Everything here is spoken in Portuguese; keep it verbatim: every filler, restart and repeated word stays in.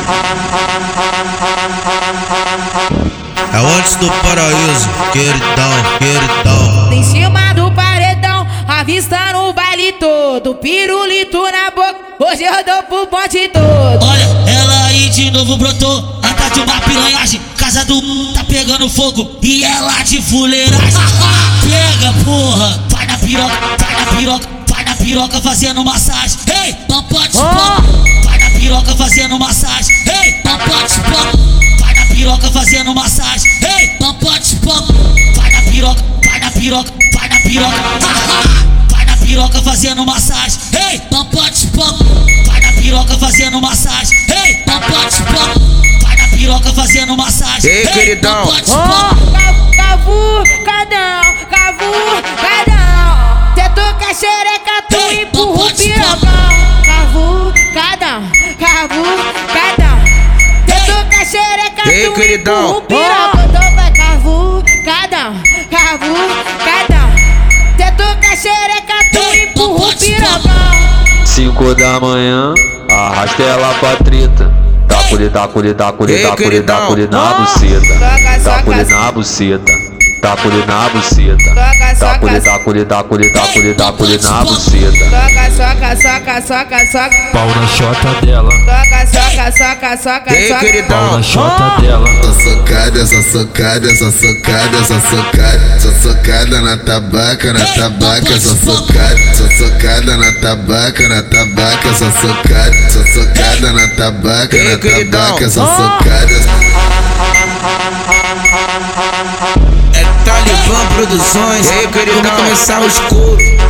É antes do paraíso, queridão, queridão. Em cima do paredão, avistando o baile todo, pirulito na boca, hoje eu dou pro bonde todo. Olha, ela aí de novo brotou, atrás de uma piranhagem, casa do tá pegando fogo e ela de fuleiragem. Pega, porra, vai na piroca, vai na piroca, vai na piroca fazendo massagem. Ei, papote, oh. Vai na piroca fazendo massagem. Ei, papote, oh. Vai na piroca fazendo massagem. Ei, papote, oh. Vai na piroca, vai na piroca, vai na piroca. Vai na piroca fazendo massagem. Ei, papote, oh. Vai na piroca fazendo massagem. Ei, papote, oh. Vai na piroca fazendo massagem. Ei, queridão. Oh, cavu, cadão, cavu, cadão. Cê toca a xereca, tu Ei, empurra o papote, pirocão. Cavu, cadão, cavu, cadão. Cê toca a xereca, Ei, tu queridão. empurra o pirocão. Então vai cavu, cadão, cavu, cadão. Cê toca a xereca, tu Ei, empurra o papote, pirocão. Cinco da manhã, arrasta ela pra treta. Dá-cule, dá-cule, dá-cule, Ei, dá-cule, queridão. dá-cule na Oh. buceta. Soca, Dá-cule soca, na buceta. Dá-cule na buceta. Soca, soca, Dá-cule, dá-cule, dá-cule, dá-cule, dá-cule na buceta. Soca, soca, soca, soca, soca. Pau na chota dela. Soca, soca, soca, soca, Ei, soca. Pau queridão. na chota dela. Essa socada, essa socada, essa socada, essa socada, essa socada na tabaca, na tabaca, essa socada, essa socada na tabaca, na tabaca, essa socada, essa socada na tabaca, Ei, na queridão. tabaca, essa socada. É Talibã Produções. Ei, queridão. Vamos começar o escuro.